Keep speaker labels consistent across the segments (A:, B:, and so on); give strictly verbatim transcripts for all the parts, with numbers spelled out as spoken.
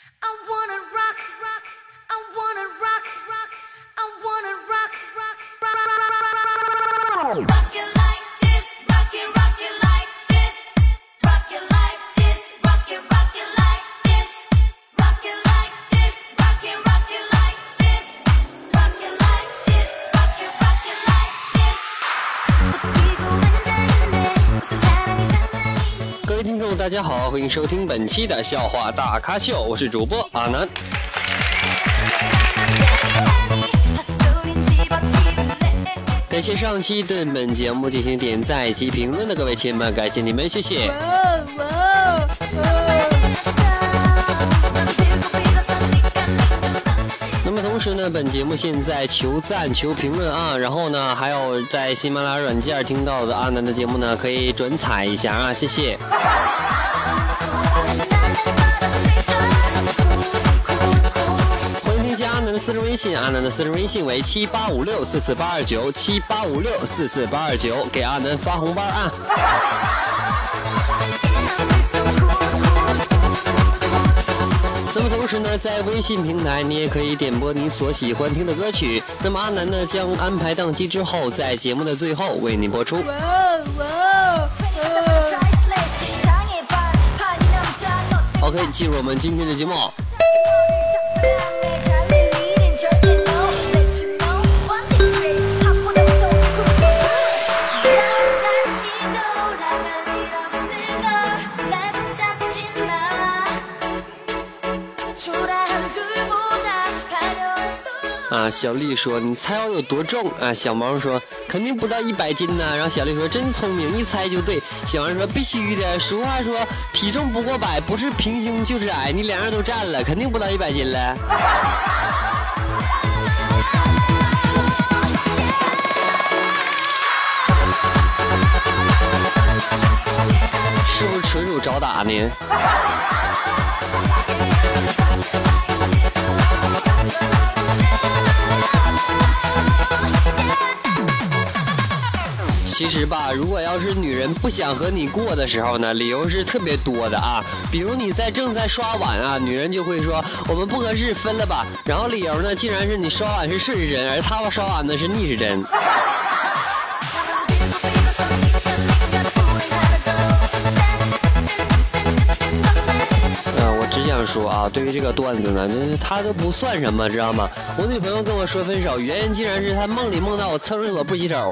A: 大家好，欢迎收听本期的笑话大咖秀，我是主播阿南。感谢上期对本节目进行点赞及评论的各位亲们，感谢你们，谢谢。那么同时呢，本节目现在求赞求评论啊，然后呢还有在喜马拉雅软件听到的阿南的节目呢，可以转采一下啊，谢谢。欢迎添加阿南的私人微信，阿南的私人微信为七八五六四四八二九七八五六四四八二九，给阿南发红包啊。那么同时呢，在微信平台你也可以点播你所喜欢听的歌曲，那么阿南呢将安排档期之后，在节目的最后为你播出。哇哇OK， 进入我们今天的节目。啊，小丽说你猜我有多重啊？小毛说肯定不到一百斤呢。然后小丽说真聪明，一猜就对。小王说必须的，俗话说体重不过百，不是平胸就是矮，你两样都占了，肯定不到一百斤了。是不是纯属找打呢？其实吧，如果要是女人不想和你过的时候呢，理由是特别多的啊。比如你在正在刷碗啊，女人就会说我们不合适，分了吧。然后理由呢，竟然是你刷碗是顺时针，而她刷碗呢是逆时针。呃，我只想说啊，对于这个段子呢，就是他都不算什么，知道吗？我女朋友跟我说分手，原因竟然是她梦里梦到我蹭厕所不洗手。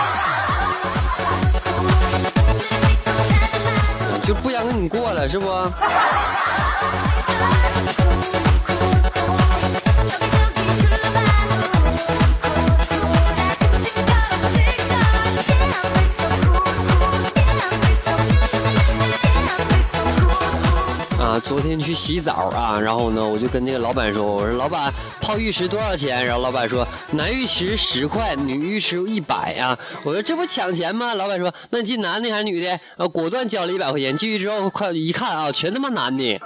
A: 就不想跟你过了，是不？啊，昨天去洗澡啊，然后呢，我就跟这个老板说，我说老板泡浴池多少钱？然后老板说男浴池十块，女浴池一百啊。我说这不抢钱吗？老板说那你进男的还是女的？呃，果断交了一百块钱。进去之后快一看啊，全他妈男的。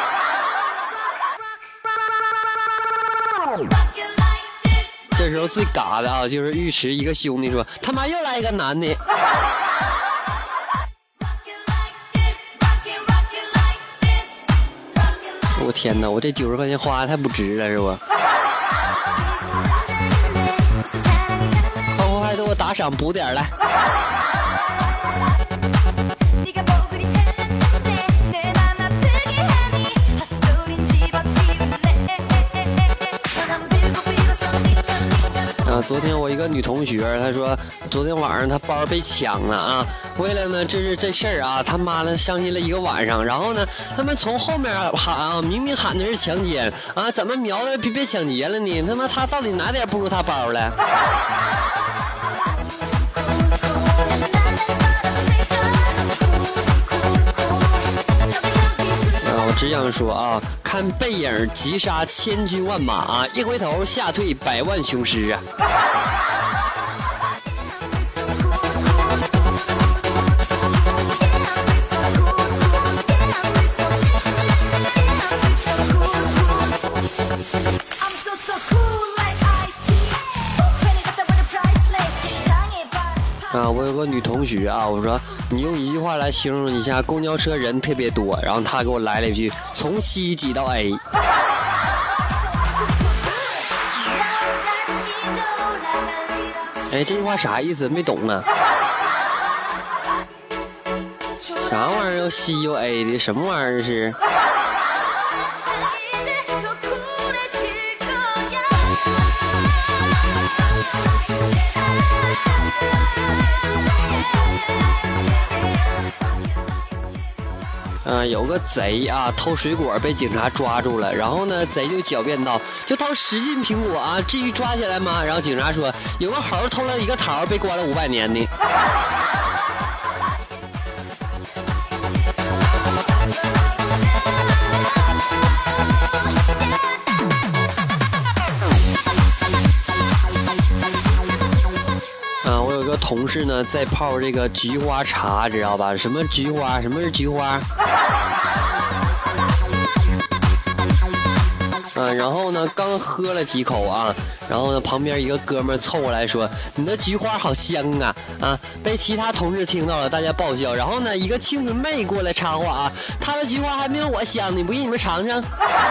A: 这时候最嘎的啊，就是浴池一个兄弟说他妈又来一个男的。我天哪，我这九十块钱花的太不值了，是不？快快快，给我打赏补点来。啊，昨天我一个女同学，她说昨天晚上她包被抢了啊。为了呢，这是这事儿啊，他妈的伤心了一个晚上。然后呢，他们从后面喊啊，明明喊的是强奸啊，怎么瞄的别别抢劫了呢？他妈他到底哪点不如他包了？啊，我只想说啊，看背影急杀千军万马啊，一回头吓退百万雄师啊。啊，我有个女同学啊，我说你用一句话来形容一下公交车人特别多，然后他给我来了一句从 C 挤到 A。哎，这句话啥意思？没懂啊。啥玩意儿又 C 又 A 的？什么玩意儿是？啊，有个贼啊，偷水果被警察抓住了，然后呢，贼就狡辩道：“就偷十斤苹果啊，至于抓起来吗？”然后警察说：“有个猴偷了一个桃，被关了五百年呢。”啊，我有个同事呢，在泡这个菊花茶，知道吧？什么菊花？什么是菊花？啊，然后呢，刚喝了几口啊，然后呢，旁边一个哥们凑过来说：“你的菊花好香啊！”啊，被其他同事听到了，大家爆笑。然后呢，一个清纯妹过来插话啊：“她的菊花还没有我香呢，不信你们尝尝。”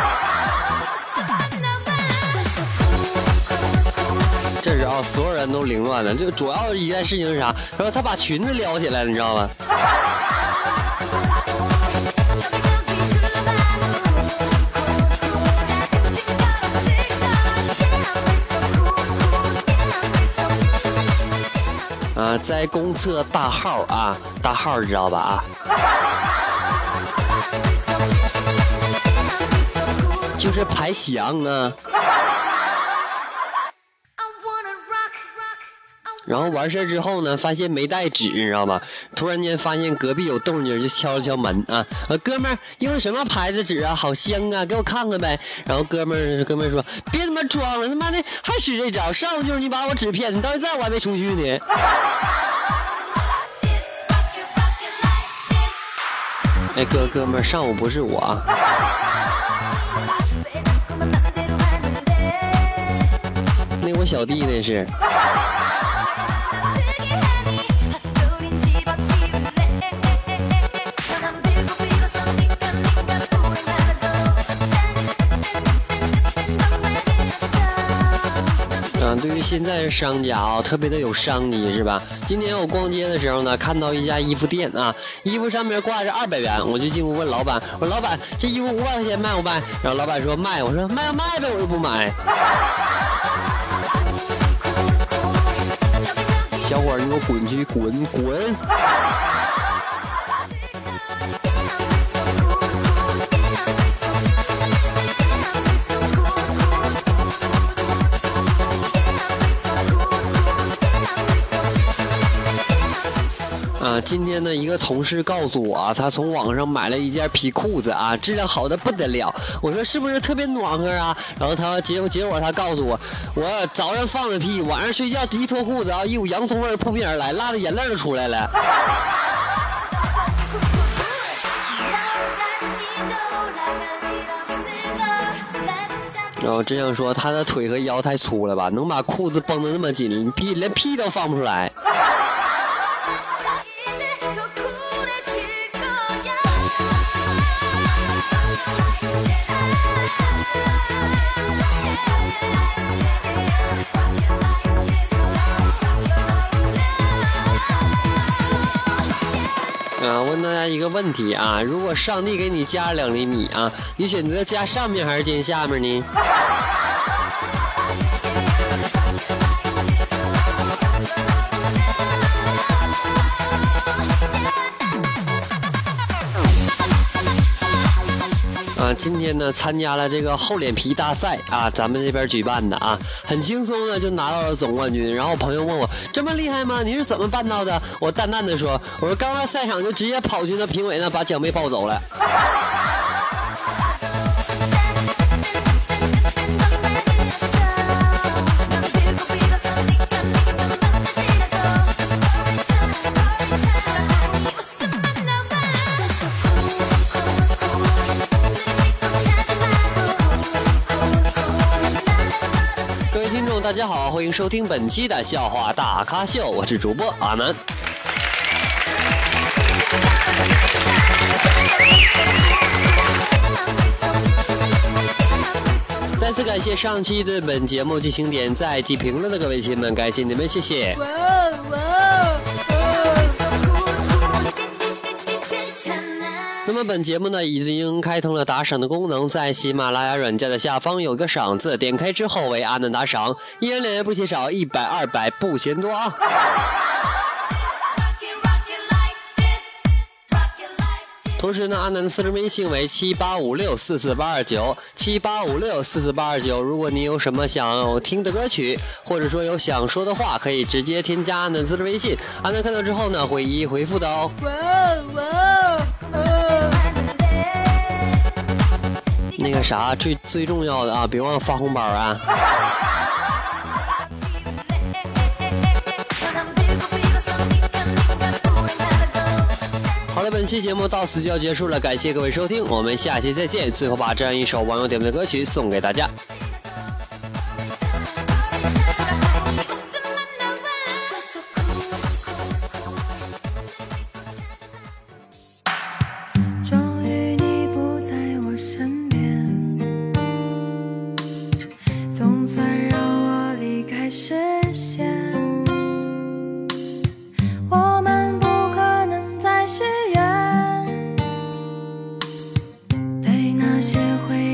A: 这时候所有人都凌乱了，就主要一件事情是啥？然后他把裙子撩起来了，你知道吗？啊，在公厕大号啊，大号知道吧？啊，就是排翔啊。然后完事之后呢，发现没带纸，你知道吧？突然间发现隔壁有动静，就敲了敲门啊，呃，哥们儿，用什么牌子纸啊？好香啊，给我看看呗。然后哥们儿哥们儿说，别他妈装了，他妈的还使这招，上午就是你把我纸骗，你到现在我还没出去呢。哎，哥哥们儿，上午不是我啊。那我小弟那是。对于现在的商家啊，特别的有商机，是吧？今天我逛街的时候呢，看到一家衣服店啊，衣服上面挂着二百元，我就进屋问老板，我说老板，这衣服五百块钱卖不卖？然后老板说卖，我说卖就卖呗，我又不买。小伙儿，你给我滚去，滚滚！啊，今天呢，一个同事告诉我啊，他从网上买了一件皮裤子啊，质量好的不得了。我说是不是特别暖和啊？然后他结果结果他告诉我，我早上放的屁，晚上睡觉一脱裤子啊，一股洋葱味扑面而来，辣的眼泪都出来了。然后这样说，他的腿和腰太粗了吧，能把裤子绷得那么紧，屁连屁都放不出来。啊，问大家一个问题啊，如果上帝给你加两厘米啊，你选择加上面还是加下面呢？啊，今天呢参加了这个厚脸皮大赛啊，咱们这边举办的啊，很轻松的就拿到了总冠军。然后朋友问我这么厉害吗？你是怎么办到的？我淡淡的说，我说刚到赛场就直接跑去那评委那把奖杯抱走了。大家好，欢迎收听本期的笑话大咖秀，我是主播阿南。 再次感谢上期对本节目进行点赞及评论的各位亲们，感谢你们，谢谢。
B: 哇哇
A: 那么本节目呢已经开通了打赏的功能，在喜马拉雅软件的下方有一个赏字，点开之后为阿南打赏，一人两元不嫌少，一百二百不嫌多啊。同时呢，阿南的私人微信为七八五六四四八二九，七八五六四四八二九。如果你有什么想要听的歌曲，或者说有想说的话，可以直接添加阿南的私人微信，阿南看到之后呢，会一一回复的哦。
B: 哇哇哦！
A: 那个啥，最最重要的啊，别忘了发红包啊！好了，本期节目到此就要结束了，感谢各位收听，我们下期再见。最后把这样一首网友点播的歌曲送给大家。
C: 终于你不在我身边，总算让我离开视线。我们不可能再许愿，对那些回